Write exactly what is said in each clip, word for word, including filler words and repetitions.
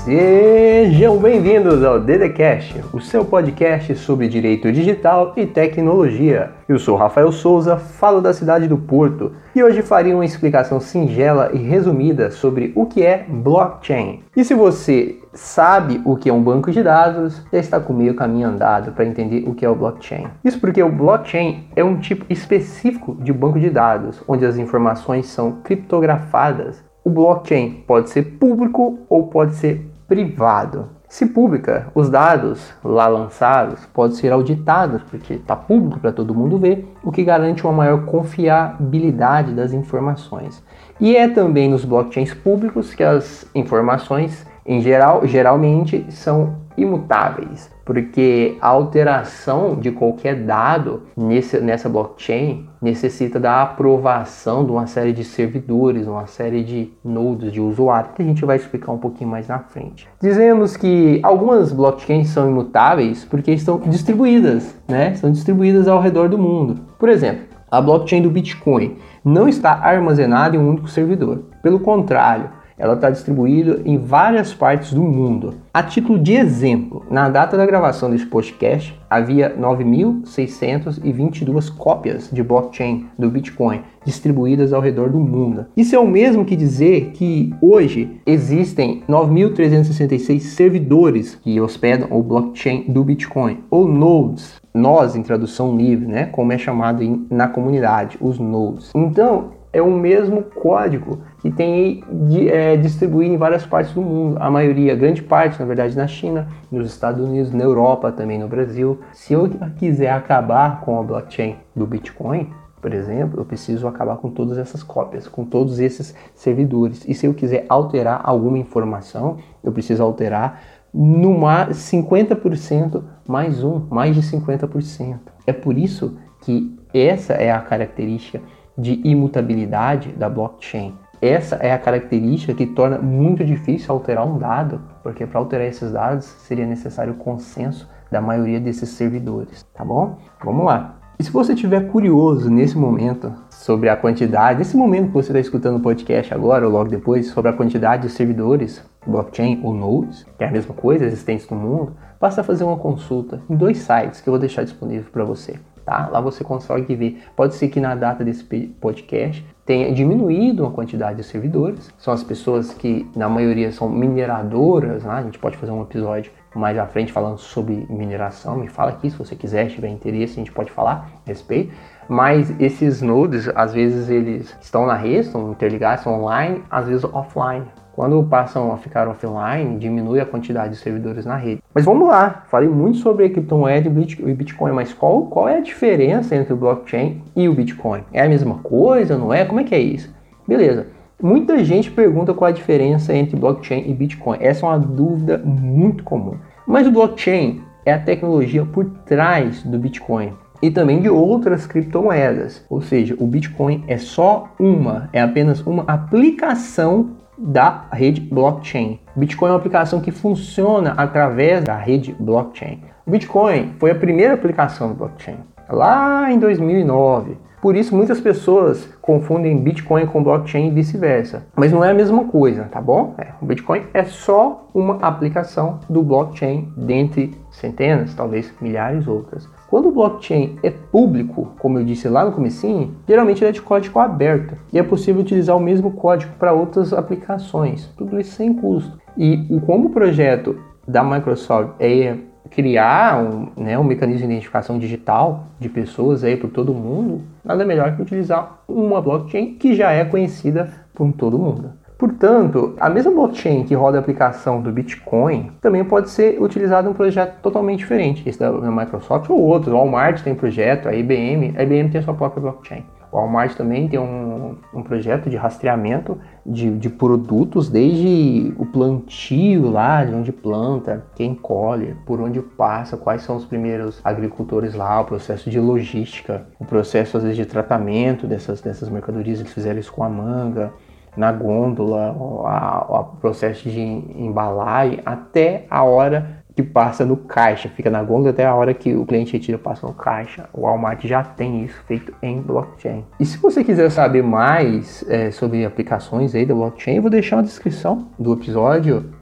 Sejam bem-vindos ao DDCast, o seu podcast sobre direito digital e tecnologia. Eu sou Rafael Souza, falo da cidade do Porto e hoje farei uma explicação singela e resumida sobre o que é blockchain. E se você sabe o que é um banco de dados, já está com meio caminho andado para entender o que é o blockchain. Isso porque o blockchain é um tipo específico de banco de dados, onde as informações são criptografadas. O blockchain pode ser público ou pode ser privado. Se pública, os dados lá lançados podem ser auditados, porque está público para todo mundo ver, o que garante uma maior confiabilidade das informações. E é também nos blockchains públicos que as informações, em geral, geralmente são imutáveis, porque a alteração de qualquer dado nesse, nessa blockchain necessita da aprovação de uma série de servidores, uma série de nodes de usuário, que a gente vai explicar um pouquinho mais na frente. Dizemos que algumas blockchains são imutáveis porque estão distribuídas, né? Estão distribuídas ao redor do mundo. Por exemplo, a blockchain do Bitcoin não está armazenada em um único servidor. Pelo contrário, ela está distribuída em várias partes do mundo. A título de exemplo, na data da gravação desse podcast, havia nove mil seiscentas e vinte e duas cópias de blockchain do Bitcoin distribuídas ao redor do mundo. Isso é o mesmo que dizer que hoje existem nove mil trezentos e sessenta e seis servidores que hospedam o blockchain do Bitcoin, ou nodes. Nós, em tradução livre, né, como é chamado em, na comunidade, os nodes. Então, é o mesmo código que tem de, é, distribuído em várias partes do mundo. A maioria, grande parte, na verdade, na China, nos Estados Unidos, na Europa, também no Brasil. Se eu quiser acabar com a blockchain do Bitcoin, por exemplo, eu preciso acabar com todas essas cópias, com todos esses servidores. E se eu quiser alterar alguma informação, eu preciso alterar no mais cinquenta por cento mais um, mais de cinquenta por cento. É por isso que essa é a característica de imutabilidade da blockchain. Essa é a característica que torna muito difícil alterar um dado, porque para alterar esses dados seria necessário o consenso da maioria desses servidores, tá bom? Vamos lá. E se você estiver curioso nesse momento sobre a quantidade, nesse momento que você está escutando o podcast agora ou logo depois, sobre a quantidade de servidores, blockchain ou nodes, que é a mesma coisa, existentes no mundo, basta fazer uma consulta em dois sites que eu vou deixar disponível para você. Tá? Lá você consegue ver, pode ser que na data desse podcast tenha diminuído a quantidade de servidores, são as pessoas que na maioria são mineradoras, né? A gente pode fazer um episódio mais à frente falando sobre mineração, me fala aqui se você quiser, se tiver interesse, a gente pode falar a respeito, mas esses nodes, às vezes eles estão na rede, estão interligados, estão online, às vezes offline. Quando passam a ficar offline, diminui a quantidade de servidores na rede. Mas vamos lá, falei muito sobre a criptomoeda e Bitcoin, mas qual, qual é a diferença entre o blockchain e o Bitcoin? É a mesma coisa, não é? Como é que é isso? Beleza, muita gente pergunta qual é a diferença entre blockchain e Bitcoin. Essa é uma dúvida muito comum. Mas o blockchain é a tecnologia por trás do Bitcoin e também de outras criptomoedas. Ou seja, o Bitcoin é só uma, é apenas uma aplicação da rede blockchain. Bitcoin é uma aplicação que funciona através da rede blockchain. O Bitcoin foi a primeira aplicação do blockchain, lá em dois mil e nove. Por isso, muitas pessoas confundem Bitcoin com blockchain e vice-versa. Mas não é a mesma coisa, tá bom? É, o Bitcoin é só uma aplicação do blockchain dentre centenas, talvez milhares outras. Quando o blockchain é público, como eu disse lá no comecinho, geralmente ele é de código aberto e é possível utilizar o mesmo código para outras aplicações, tudo isso sem custo. E como o projeto da Microsoft é criar um, né, um mecanismo de identificação digital de pessoas aí por todo mundo, nada melhor que utilizar uma blockchain que já é conhecida por todo mundo. Portanto, a mesma blockchain que roda a aplicação do Bitcoin também pode ser utilizada em um projeto totalmente diferente. Esse da Microsoft ou outros. O Walmart tem um projeto, a I B M, a I B M tem a sua própria blockchain. O Walmart também tem um, um projeto de rastreamento de, de produtos, desde o plantio lá, de onde planta, quem colhe, por onde passa, quais são os primeiros agricultores lá, o processo de logística, o processo às vezes de tratamento dessas, dessas mercadorias, eles fizeram isso com a manga, na gôndola, o processo de embalagem, até a hora que passa no caixa, fica na gôndola até a hora que o cliente retira e passa no caixa. O Walmart já tem isso feito em blockchain. E se você quiser saber mais é, sobre aplicações aí da blockchain, eu vou deixar na descrição do episódio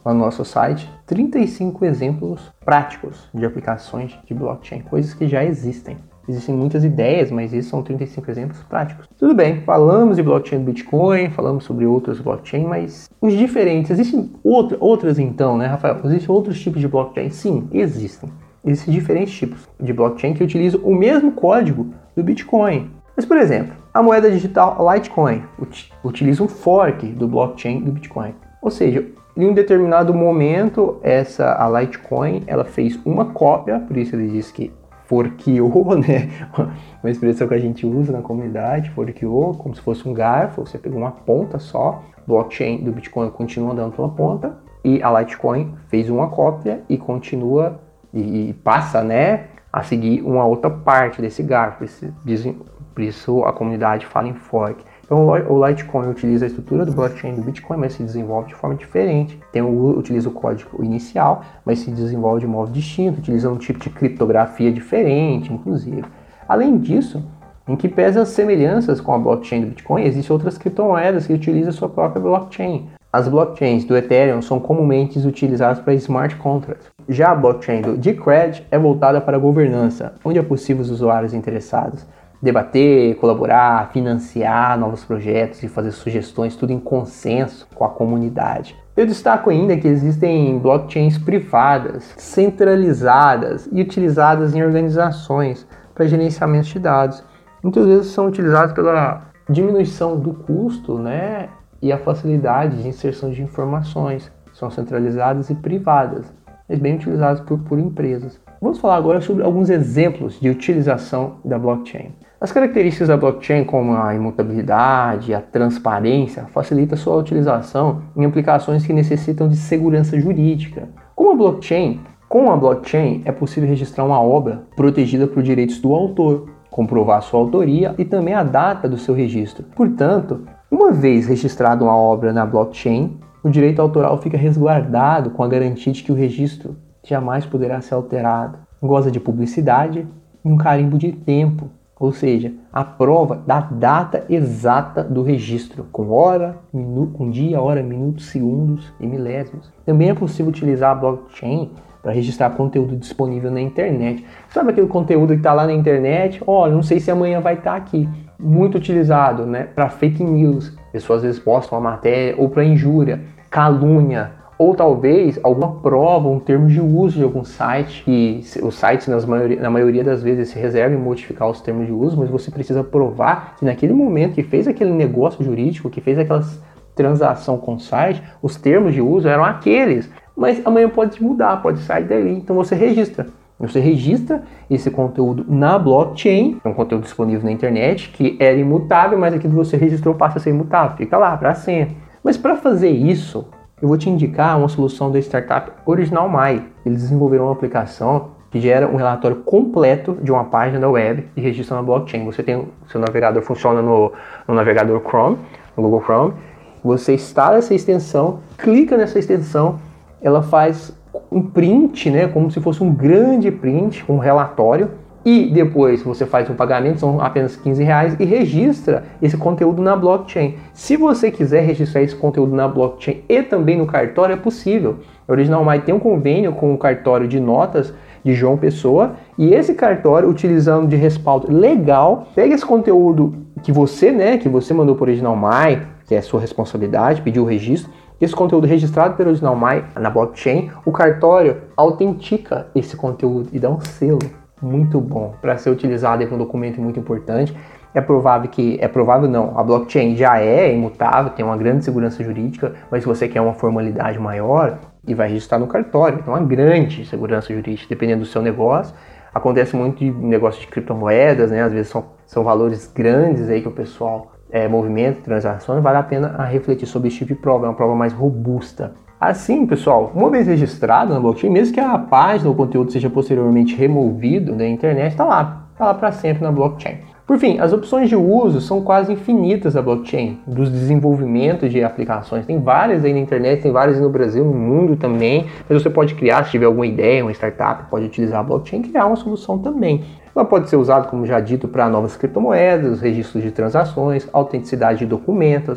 lá no nosso site trinta e cinco exemplos práticos de aplicações de blockchain, coisas que já existem. Existem muitas ideias, mas esses são trinta e cinco exemplos práticos. Tudo bem, falamos de blockchain do Bitcoin, falamos sobre outras blockchain, mas os diferentes, existem outra, outras então, né, Rafael? Existem outros tipos de blockchain? Sim, existem. Existem diferentes tipos de blockchain que utilizam o mesmo código do Bitcoin. Mas, por exemplo, a moeda digital Litecoin utiliza um fork do blockchain do Bitcoin. Ou seja, em um determinado momento, essa, a Litecoin, ela fez uma cópia, por isso ele diz que forqueou, né? Uma expressão que a gente usa na comunidade, forqueou, como se fosse um garfo, você pegou uma ponta só, blockchain do Bitcoin continua andando pela ponta, e a Litecoin fez uma cópia e continua, e, e passa, né, a seguir uma outra parte desse garfo, esse, dizem, por isso a comunidade fala em fork. Então o Litecoin utiliza a estrutura do blockchain do Bitcoin, mas se desenvolve de forma diferente. Tem o, utiliza o código inicial, mas se desenvolve de modo distinto, utiliza um tipo de criptografia diferente, inclusive. Além disso, em que pesa as semelhanças com a blockchain do Bitcoin, existem outras criptomoedas que utilizam a sua própria blockchain. As blockchains do Ethereum são comumente utilizadas para smart contracts. Já a blockchain do Decred é voltada para a governança, onde é possível os usuários interessados debater, colaborar, financiar novos projetos e fazer sugestões, tudo em consenso com a comunidade. Eu destaco ainda que existem blockchains privadas, centralizadas e utilizadas em organizações para gerenciamento de dados. Muitas vezes são utilizadas pela diminuição do custo, né, e a facilidade de inserção de informações. São centralizadas e privadas, mas bem utilizadas por, por empresas. Vamos falar agora sobre alguns exemplos de utilização da blockchain. As características da blockchain, como a imutabilidade, a transparência, facilitam sua utilização em aplicações que necessitam de segurança jurídica. Com a blockchain, com a blockchain é possível registrar uma obra protegida por direitos do autor, comprovar sua autoria e também a data do seu registro. Portanto, uma vez registrada uma obra na blockchain, o direito autoral fica resguardado com a garantia de que o registro jamais poderá ser alterado. Goza de publicidade e um carimbo de tempo, ou seja, a prova da data exata do registro, com hora, minuto, com dia, hora, minutos, segundos e milésimos. Também é possível utilizar a blockchain para registrar conteúdo disponível na internet. Sabe aquele conteúdo que está lá na internet? Olha, não sei se amanhã vai estar aqui. Muito utilizado, né, para fake news. Pessoas às vezes postam uma matéria ou para injúria, calúnia, ou talvez alguma prova, um termo de uso de algum site, que os sites nas maioria, na maioria das vezes se reservam em modificar os termos de uso, mas você precisa provar que naquele momento que fez aquele negócio jurídico, que fez aquela transação com o site, os termos de uso eram aqueles, mas amanhã pode mudar, pode sair dali, então você registra. Você registra esse conteúdo na blockchain, é um conteúdo disponível na internet, que era imutável, mas aquilo que você registrou passa a ser imutável, fica lá para sempre. Mas para fazer isso, eu vou te indicar uma solução da startup OriginalMy. Eles desenvolveram uma aplicação que gera um relatório completo de uma página da web e registra na blockchain. Você tem, seu navegador funciona no, no navegador Chrome, no Google Chrome. Você instala essa extensão, clica nessa extensão, ela faz um print, né, como se fosse um grande print, um relatório, e depois você faz um pagamento, são apenas quinze reais, e registra esse conteúdo na blockchain. Se você quiser registrar esse conteúdo na blockchain e também no cartório, é possível. A OriginalMy tem um convênio com o cartório de notas de João Pessoa, e esse cartório, utilizando de respaldo legal, pega esse conteúdo que você, né, que você mandou para o OriginalMy, que é sua responsabilidade, pediu o registro, esse conteúdo registrado pelo OriginalMy na blockchain, o cartório autentica esse conteúdo e dá um selo muito bom para ser utilizado em um documento muito importante. É provável que, é provável não, a blockchain já é imutável, tem uma grande segurança jurídica, mas se você quer uma formalidade maior, e vai registrar no cartório, então uma grande segurança jurídica, dependendo do seu negócio. Acontece muito de negócio de criptomoedas, né? Às vezes são, são valores grandes aí que o pessoal é, movimenta, transações, vale a pena a refletir sobre esse tipo de prova, é uma prova mais robusta. Assim, pessoal, uma vez registrado na blockchain, mesmo que a página ou o conteúdo seja posteriormente removido da internet, está lá, está lá para sempre na blockchain. Por fim, as opções de uso são quase infinitas da blockchain, dos desenvolvimentos de aplicações. Tem várias aí na internet, tem várias no Brasil, no mundo também, mas você pode criar, se tiver alguma ideia, uma startup, pode utilizar a blockchain e criar uma solução também. Ela pode ser usada, como já dito, para novas criptomoedas, registros de transações, autenticidade de documentos,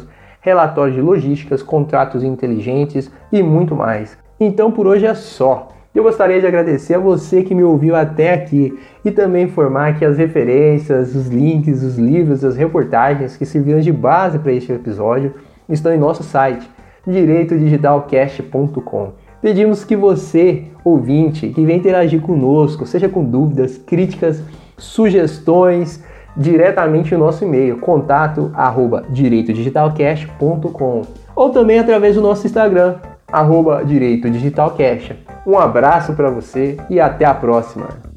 relatórios de logísticas, contratos inteligentes e muito mais. Então por hoje é só. Eu gostaria de agradecer a você que me ouviu até aqui e também informar que as referências, os links, os livros, as reportagens que serviram de base para este episódio estão em nosso site, direito digital cast ponto com. Pedimos que você, ouvinte, que vem interagir conosco, seja com dúvidas, críticas, sugestões, diretamente no nosso e-mail, contato arroba direito digital cast ponto com, ou também através do nosso Instagram, arroba direito digital cast. Um abraço para você e até a próxima!